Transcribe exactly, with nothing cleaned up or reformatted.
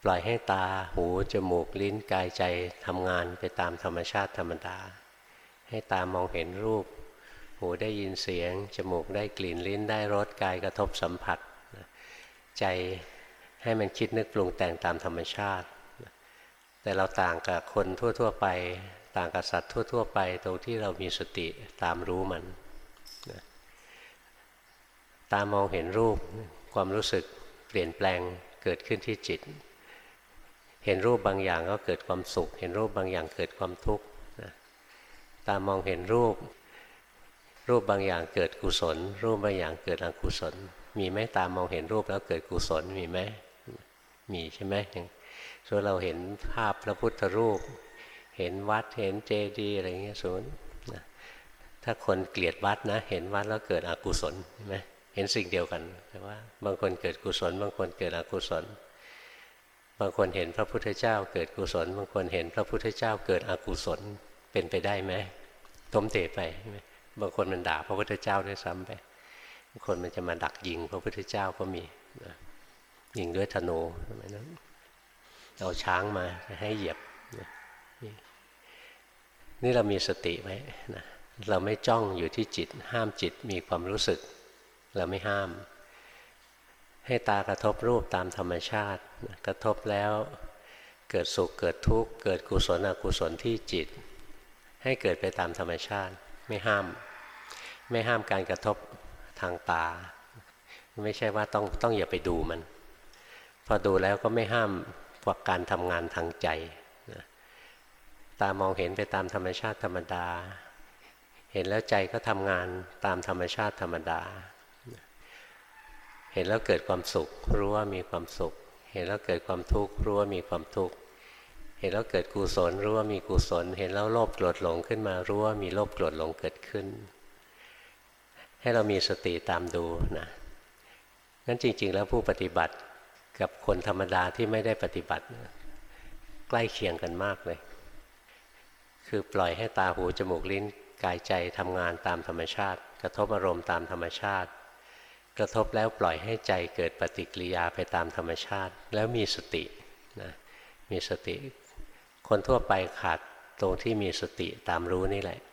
ปล่อยให้ตาหูจมูกลิ้นกายใจทำงานไปตามธรรมชาติธรรมดาให้ตามองเห็นรูปหูได้ยินเสียงจมูกได้กลิ่นลิ้นได้รสกายกระทบสัมผัสใจให้มันคิดนึกปรุงแต่งตามธรรมชาติแต่เราต่างกับคนทั่วๆไปต่างกับสัตว์ทั่วๆไปตรงที่เรามีสติตามรู้มันตามองเห็นรูปความรู้สึกเปลี่ยนแปลงเกิดขึ้นที่จิตเห็นรูปบางอย่างก็เกิดความสุขเห็นรูปบางอย่างเกิดความทุกข์ตามองเห็นรูปรูปบางอย่างเกิดกุศลรูปบางอย่างเกิดอกุศลมีไหมตามมองเห็นรูปแล้วเกิดกุศลมีไหมมีใช่ไหมอย่างส่วนเราเห็นภาพพระพุทธรูปเห็นวัดเห็นเจดีย์อะไรเงี้ยส่วนถ้าคนเกลียดวัดนะเห็นวัดแล้วเกิดอกุศลใช่ไหมเห็นสิ่งเดียวกันแต่ว่าบางคนเกิดกุศลบางคนเกิดอกุศลบางคนเห็นพระพุทธเจ้าเกิดกุศลบางคนเห็นพระพุทธเจ้าเกิดอกุศลเป็นไปได้ไหมต้มเตะไปบางคนมันด่าพระพุทธเจ้าด้วยซ้ำไปบางคนมันจะมาดักยิงพระพุทธเจ้าก็มียิงด้วยธนูทำไมนั้นเอาช้างมาให้เหยียบนี่เรามีสติไว้นะเราไม่จ้องอยู่ที่จิตห้ามจิตมีความรู้สึกเราไม่ห้ามให้ตากระทบรูปตามธรรมชาติกระทบแล้วเกิดสุขเกิดทุกข์เกิดกุศลอกุศลที่จิตให้เกิดไปตามธรรมชาติไม่ห้ามไม่ห้ามการกระทบทางตาไม่ใช่ว่าต้องต้องอย่าไปดูมันพอดูแล้วก็ไม่ห้ามพวกการทำงานทางใจตามองเห็นไปตามธรรมชาติธรรมดาเห็นแล้วใจก็ทำงานตามธรรมชาติธรรมดาเห็นแล้วเกิดความสุขรู้ว่ามีความสุขเห็นแล้วเกิดความทุกข์รู้ว่ามีความทุกข์เห็นแล้วเกิดกุศลรู้ว่ามีกุศลเห็นแล้วโลภโกรธหลงขึ้นมารู้ว่ามีโลภโกรธหลงเกิดขึ้นให้เรามีสติตามดูนะงั้นจริงๆแล้วผู้ปฏิบัติกับคนธรรมดาที่ไม่ได้ปฏิบัติใกล้เคียงกันมากเลยคือปล่อยให้ตาหูจมูกลิ้นกายใจทำงานตามธรรมชาติกระทบอารมณ์ตามธรรมชาติกระทบแล้วปล่อยให้ใจเกิดปฏิกิริยาไปตามธรรมชาติแล้วมีสตินะมีสติคนทั่วไปขาดตรงที่มีสติตามรู้นี่แหละ